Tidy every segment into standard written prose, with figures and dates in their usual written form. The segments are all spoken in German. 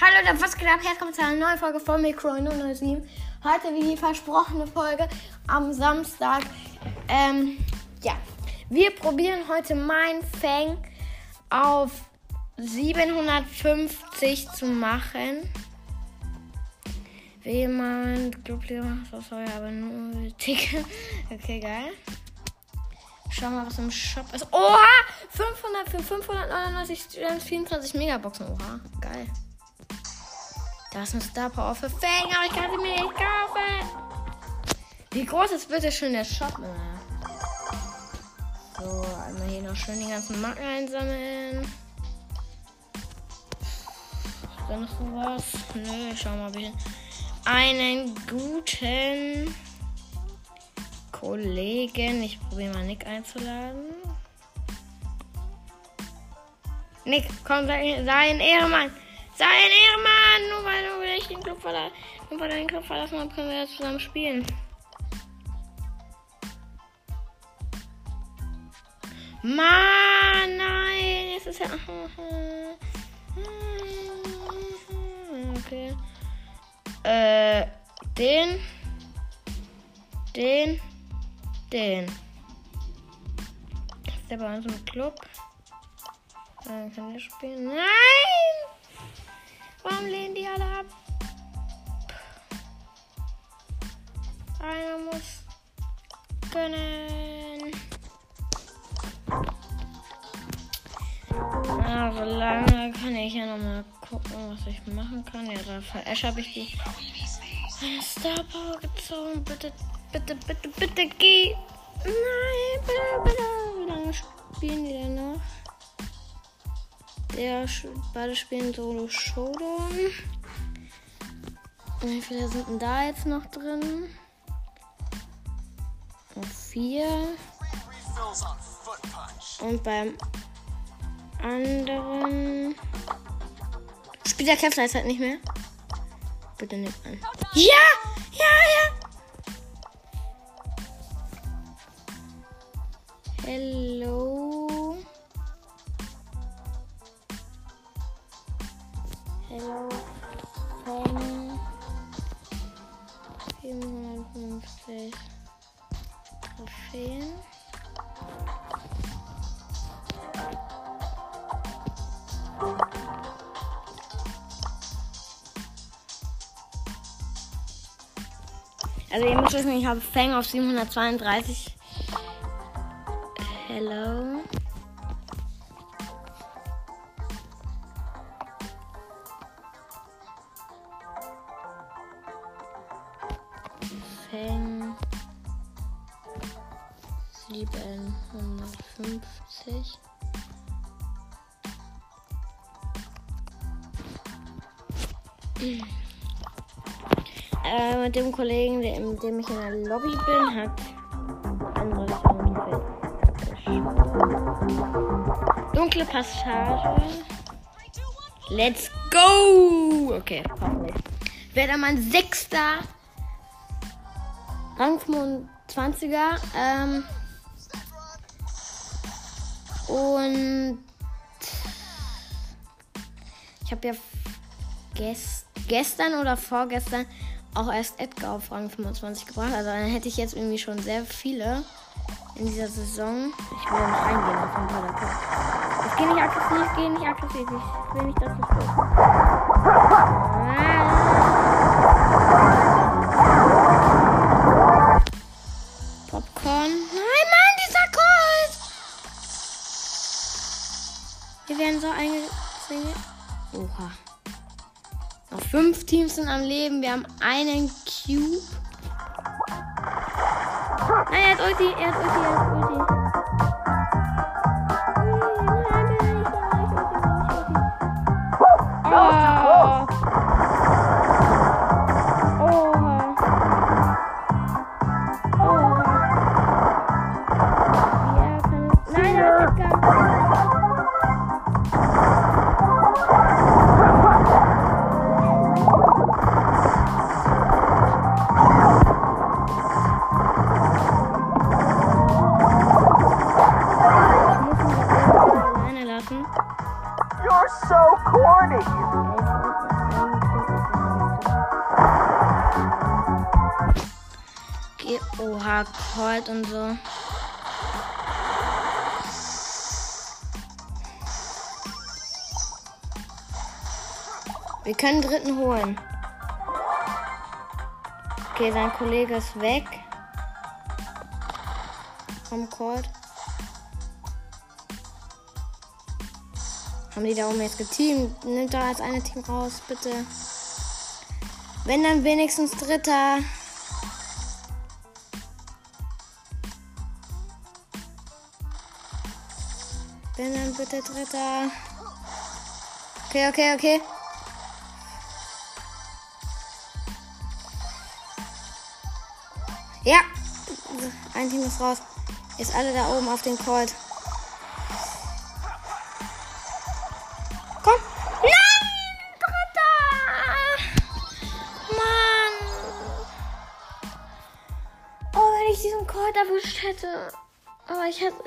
Hallo Leute, was geht ab? Herzlich willkommen zu einer neuen Folge von Micro 007. Heute wie die versprochene Folge am Samstag. Wir probieren heute mein Fang auf 750 zu machen. Wie jemand Clubliga macht, das soll ja aber nur Ticket. Okay, geil. Schauen wir mal, was im Shop ist. Oha! 500 für 599 24 Megaboxen. Oha, geil. Da ist eine Star Power für Fang, aber ich kann sie mir nicht kaufen. Wie groß ist bitte schön der Shop? So, einmal hier noch schön die ganzen Marken einsammeln. Ist da noch sowas? Nö, ich schau mal bitte. Einen guten Kollegen. Ich probiere mal Nick einzuladen. Nick, komm, sei ein Ehrenmann. Sei ein Ehrenmann. Nur weil du nicht den Club verlassen hast, können wir jetzt zusammen spielen. Mann, nein. Es ist ja... Okay. Den. Ist der bei uns im Club? Dann kann der spielen. Nein! Warum lehnen die alle ab? Einer muss gönnen. So lange kann ich ja noch mal gucken, was ich machen kann. Ja, da habe ich die Star Power gezogen. Bitte, geh. Nein, bitte. Wie lange spielen die denn noch? Beide spielen Solo Showdown. Wie viele sind denn da jetzt noch drin? Noch 4. Und beim anderen spielt der Kämpfer jetzt halt nicht mehr. Bitte nicht an. Ja! Hello, Fang 450 Trophäen. Also ihr müsst wissen, ich habe Fang auf 732. Hello. Fang 750. Mit dem Kollegen, mit dem ich in der Lobby bin, hat andere Trophäen. Dunkle Passage. Let's go! Okay, hoffentlich. Wer da mein 6. Rang 25er. Und ich habe ja gestern oder vorgestern auch erst Edgar auf Rang 25 gebracht. Also dann hätte ich jetzt irgendwie schon sehr viele in dieser Saison. Ich will da nicht reingehen auf den Ball. Ich gehe nicht aggressiv. Ich will nicht, dass das wird. Popcorn. Nein, Mann, dieser Colt! Wir werden so eingezwängt. Oha. Noch 5 Teams sind am Leben. Wir haben einen Cube. Nein, er hat Ulti. You're so corny. Oha, Colt und so. Wir können dritten holen. Okay, sein Kollege ist weg. Komm, Colt. Haben die da oben jetzt geteamt? Nimmt da als eine Team raus, bitte. Wenn dann wenigstens dritter. Wenn dann bitte dritter. Okay. Ja. Ein Team ist raus. Jetzt alle da oben auf den Colt. Komm. Nein! Dritter! Mann! Oh, wenn ich diesen Colt erwischt hätte. Aber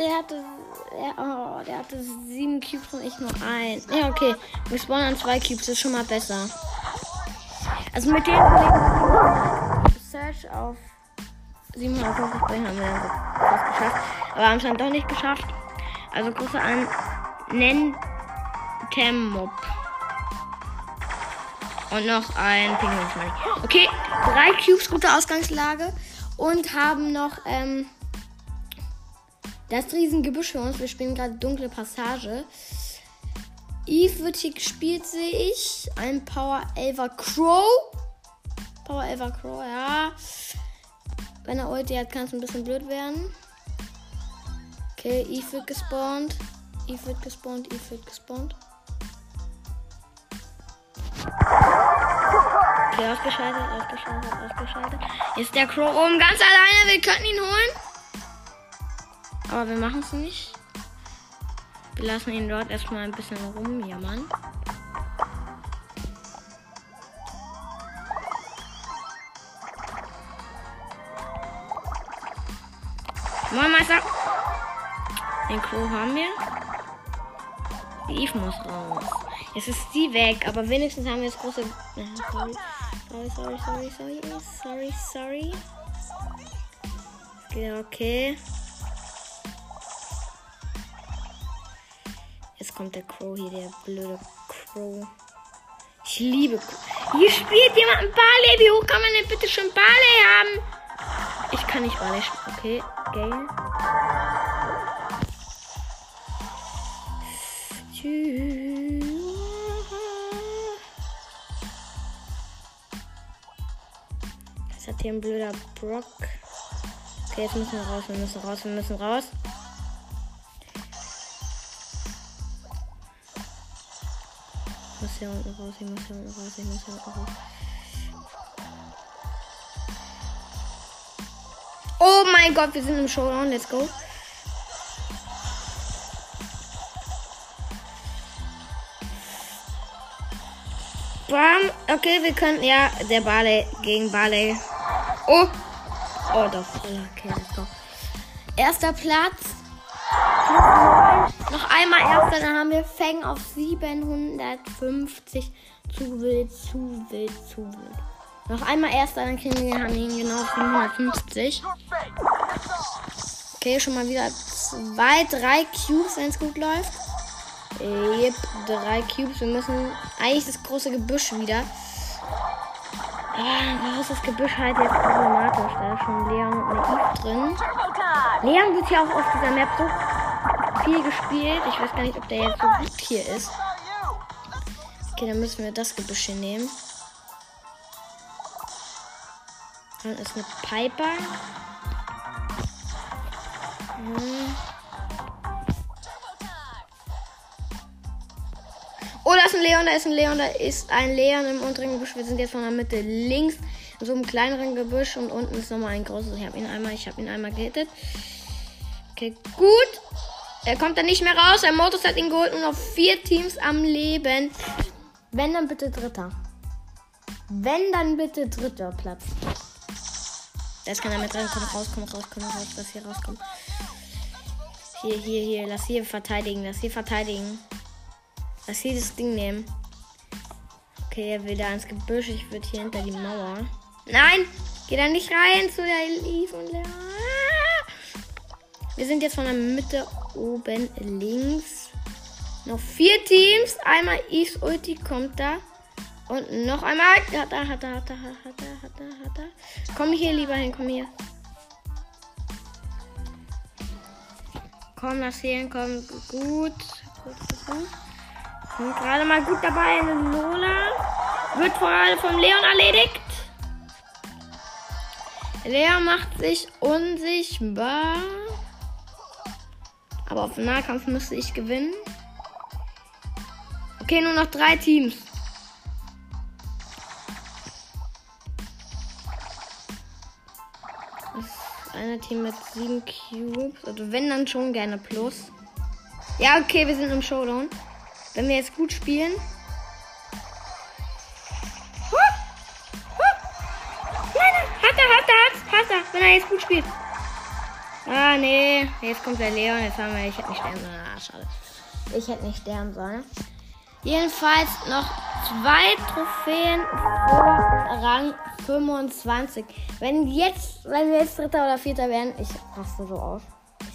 der hatte 7 Cubes und ich nur 1. Ja, okay. Wir spawnen an 2 Cubes, das ist schon mal besser. Also mit dem Search auf 750 bringen haben wir dann fast geschafft. Aber haben es dann doch nicht geschafft. Also Grüße an Nentemob. Und noch ein Pinguin. Okay, 3 Cubes, gute Ausgangslage. Und haben noch das Riesengebüsch für uns. Wir spielen gerade dunkle Passage. Eve wird hier gespielt, sehe ich. Ein Power 11er Crow. Power 11er Crow, ja. Wenn er Ulti hat, kann es ein bisschen blöd werden. Okay, Eve wird gespawnt. Okay, ausgeschaltet. Ist der Crow oben ganz alleine. Wir könnten ihn holen. Aber wir machen es nicht. Wir lassen ihn dort erstmal ein bisschen rumjammern. Moin Meister. Den Crow haben wir. Die Eve muss raus. Jetzt ist die weg, aber wenigstens haben wir das große... Sorry. Okay. Jetzt kommt der Crow hier, der blöde Crow. Ich liebe Crow. Hier spielt jemand ein Barley. Wie hoch kann man denn bitte schon Barley haben? Ich kann nicht Barley spielen. Okay, Gale. Das hat hier ein blöder Brock. Okay, jetzt müssen wir raus. Wir müssen raus. Ich muss hier unten raus. Oh mein Gott, wir sind im Showdown. Let's go. Bam. Okay, wir können... Ja, der Barley gegen Barley. Oh, doch. Okay, let's go. Erster Platz. Noch einmal Erster, dann haben wir Fang auf 750. Zu wild. Noch einmal Erster, dann haben wir ihn genau auf 750. Okay, schon mal wieder 3 Cubes, wenn es gut läuft. Yep, 3 Cubes. Wir müssen eigentlich das große Gebüsch wieder. Warum ist das Gebüsch halt jetzt problematisch? Da ist schon Leon und eine Eve drin. Leon wird ja auch auf dieser Map so viel gespielt. Ich weiß gar nicht, ob der jetzt so gut hier ist. Okay, dann müssen wir das Gebüsch hier nehmen. Dann ist eine Piper. Oh, da ist ein Leon, da ist ein Leon im unteren Gebüsch. Wir sind jetzt von der Mitte links in so einem kleineren Gebüsch und unten ist nochmal ein großes. Ich habe ihn einmal gehittet. Okay, gut. Er kommt dann nicht mehr raus. Der Modus hat ihn geholt und noch 4 Teams am Leben. Wenn, dann bitte dritter. Platz. Jetzt kann er mit rein. Komm raus. Lass hier rauskommen. Hier. Lass hier verteidigen. Lass hier das Ding nehmen. Okay, er will da ins Gebüsch. Ich würde hier hinter die Mauer. Nein! Geh da nicht rein zu der Eve und Leon. Wir sind jetzt von der Mitte oben links. Noch 4 Teams. Einmal Eves Ulti kommt da. Und noch einmal. Hat er. Komm hier lieber hin, komm hier. Komm, das hier kommt gut. Sind gerade mal gut dabei. Eine Lola. Wird vom Leon erledigt. Leon macht sich unsichtbar. Aber auf Nahkampf müsste ich gewinnen. Okay, nur noch 3 Teams. Das ist eine Team mit 7 Cubes. Also wenn, dann schon gerne plus. Ja, okay, wir sind im Showdown. Wenn wir jetzt gut spielen. Nein, hat er. Wenn er jetzt gut spielt. Ah, nee. Jetzt kommt der Leon. Jetzt haben wir. Ich hätte nicht sterben sollen. Ah, schade. Ich hätte nicht sterben sollen. Jedenfalls noch 2 Trophäen vor Rang 25. Wenn wir jetzt 3. oder 4. werden, ich raste so aus.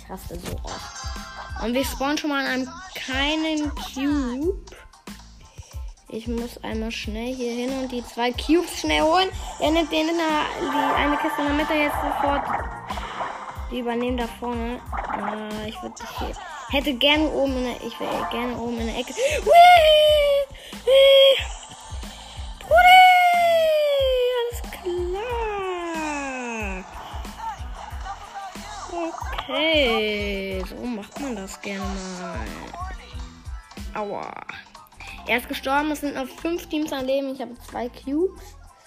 Und wir spawnen schon mal an einem kleinen Cube. Ich muss einmal schnell hier hin und die 2 Cubes schnell holen. Er nimmt die eine Kiste in der Mitte jetzt sofort. Die übernehmen da vorne. Ich hätte gerne oben ich wäre gerne oben in der Ecke. Brudi! Alles klar. Okay. So macht man das gerne mal. Aua. Er ist gestorben. Es sind noch 5 Teams am Leben. Ich habe 2 Cubes.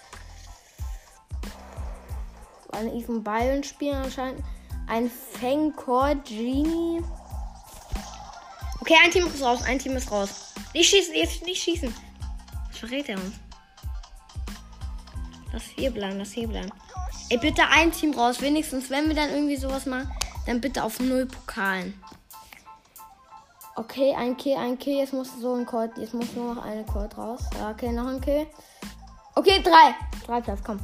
Eine Ethan Byron spielen anscheinend. Ein Fangcore Genie. Okay, ein Team ist raus. Nicht schießen. Was verrät er uns? Lass hier bleiben. Ey, bitte ein Team raus. Wenigstens, wenn wir dann irgendwie sowas machen, dann bitte auf 0 Pokalen. Okay, ein Kill. Jetzt muss nur noch eine Colt raus. Ja, okay, noch ein Kill. Okay, 3 Platz, komm.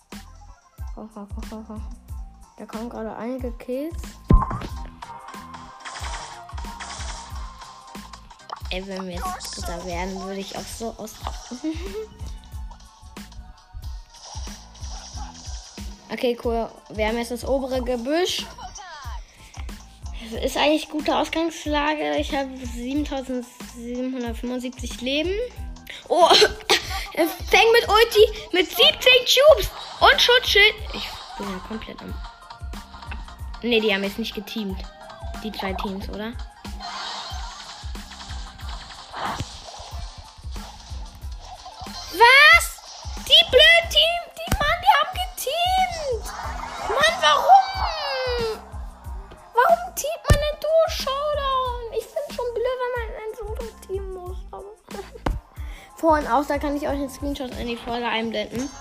Da kommen gerade einige Kills. Ey, wenn wir jetzt Dritter werden, würde ich auch so aus. Okay, cool. Wir haben jetzt das obere Gebüsch. Das ist eigentlich gute Ausgangslage. Ich habe 7775 Leben. Oh, Fang mit Ulti mit 17 Cubes und Schutzschild. Ich bin ja komplett am. Ne, die haben jetzt nicht geteamt. Die 2 Teams, oder? Was? Die blöden Team, die haben geteamt. Mann, warum? Warum teamt man denn Duo-Showdown? Ich finde schon blöd, wenn man ein Solo teamen muss. Aber vor und auf, da kann ich euch einen Screenshot in die Folge einblenden.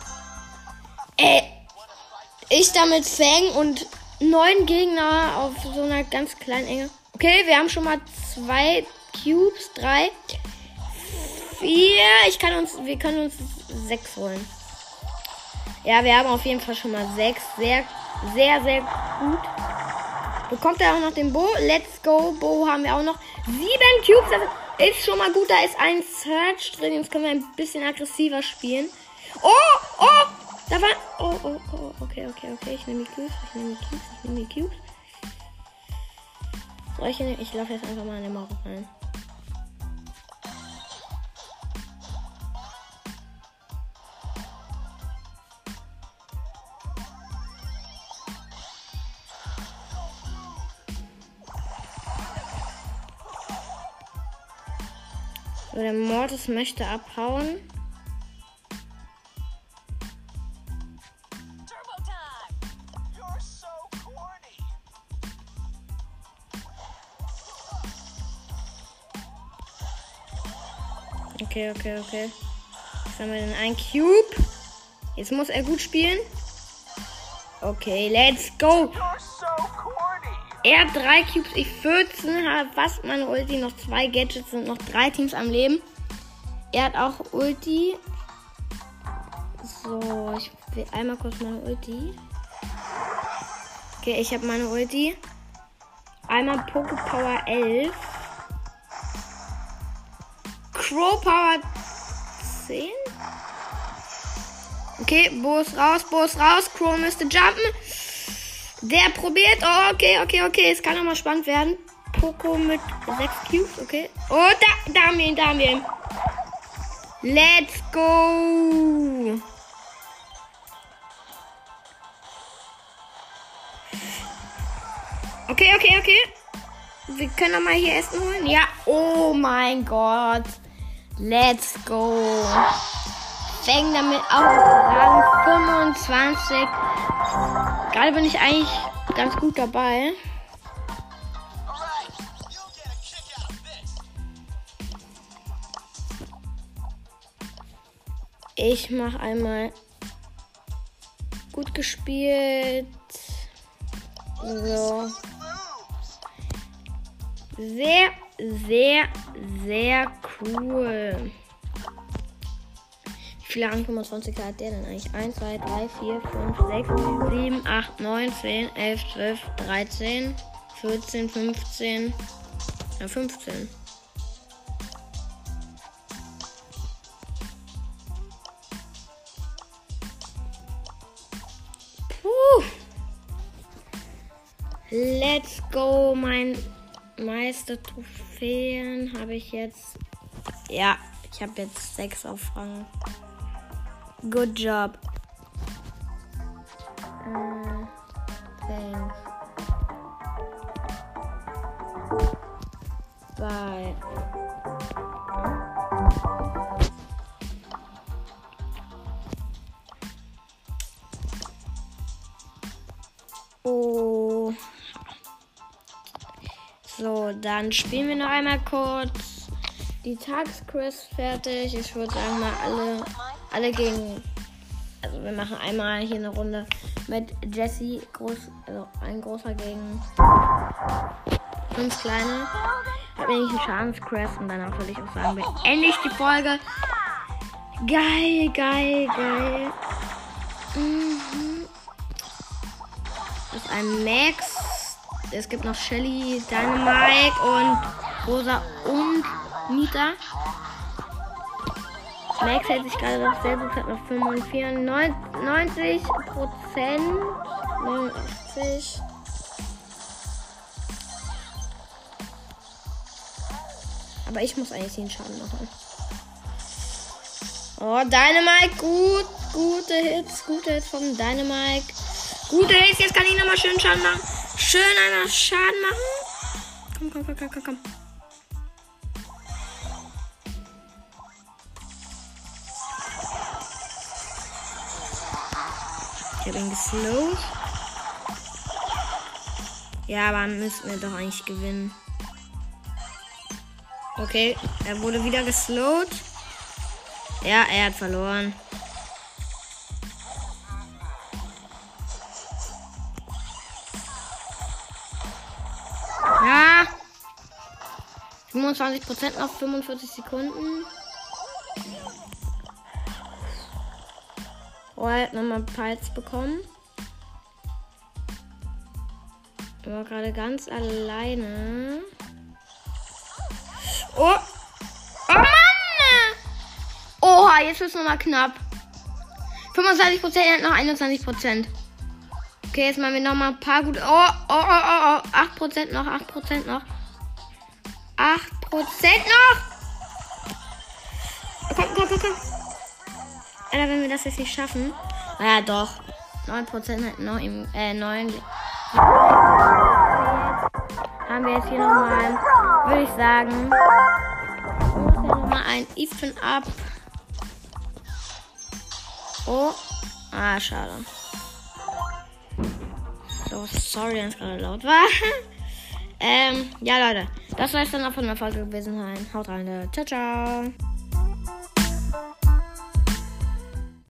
Ich da mit Fang und 9 Gegner auf so einer ganz kleinen Enge. Okay, wir haben schon mal 2 Cubes, 3, 4. Wir können uns 6 holen. Ja, wir haben auf jeden Fall schon mal 6. Sehr, sehr, sehr gut. Bekommt er auch noch den Bo. Let's go. Bo haben wir auch noch. 7 Cubes. Das ist schon mal gut. Da ist ein Search drin. Jetzt können wir ein bisschen aggressiver spielen. Oh! Da war. Oh. Okay. Ich nehme die Cubes. Ich laufe jetzt einfach mal in den Mauer rein. So, der Mortis möchte abhauen. Okay. Jetzt haben wir den einen Cube. Jetzt muss er gut spielen. Okay, let's go. Er hat 3 Cubes, ich 14, habe fast meine Ulti, noch 2 Gadgets, sind noch 3 Teams am Leben. Er hat auch Ulti. So, ich will einmal kurz meine Ulti. Okay, ich habe meine Ulti. Einmal Poké Power 11. Crow Power 10. Okay, Bo ist raus. Crow müsste jumpen. Der probiert. Oh, okay. Es kann nochmal spannend werden. Poco mit 6 Cubes, okay. Oh, da haben wir ihn. Let's go. Okay. Wir können noch mal hier Essen holen. Ja, oh mein Gott. Let's go. Fängt damit auf Rang 25. Gerade bin ich eigentlich ganz gut dabei. Ich mache einmal gut gespielt. So. Sehr cool. Wie viele Rang 25 hat der denn eigentlich? 1, 2, 3, 4, 5, 6, 7, 8, 9, 10, 11, 12, 13, 14, 15. Ja, 15. Let's go, mein Meister-Trophäen habe ich jetzt. Ja, ich habe jetzt 6 auf Rang. Good job. Thanks. Bye. Oh. So, dann spielen wir noch einmal kurz die Tagesquest fertig. Ich würde sagen mal alle gegen. Also wir machen einmal hier eine Runde mit Jessie, also ein großer gegen 5 kleine. Hat mir nicht einen Schadensquest und danach würde ich auch sagen, beende ich die Folge. Geil. Das ist ein Max. Es gibt noch Shelly, Dynamite und Rosa und Nita. Max hält sich gerade noch sehr gut, hat noch 95%. 89. Aber ich muss eigentlich den Schaden machen. Oh, Dynamite, gute Hits von Dynamite. Gute Hits, jetzt kann ich nochmal schön Schaden machen. Schön einmal Schaden machen. Komm. Ich habe ihn geslowt. Ja, aber müssten wir doch eigentlich gewinnen. Okay, er wurde wieder geslowt. Ja, er hat verloren. Ja. 25% noch, 45 Sekunden. Oh, er hat nochmal Pals bekommen. Er war gerade ganz alleine. Oh Mann! Oha, jetzt wird es nochmal knapp. 25%, er hat noch 21%. Okay, jetzt machen wir nochmal ein paar gute. Oh. 8% noch. 8% noch. Komm. Alter, wenn wir das jetzt nicht schaffen. Ja, doch. 9% hat noch im 9. Haben wir jetzt hier nochmal, würde ich sagen. Ich muss ja nochmal ein Even Up. Oh. Schade. So, sorry, wenn es gerade laut war. Ja, Leute. Das soll es dann auch von der Folge gewesen sein. Haut rein, Leute. Ciao.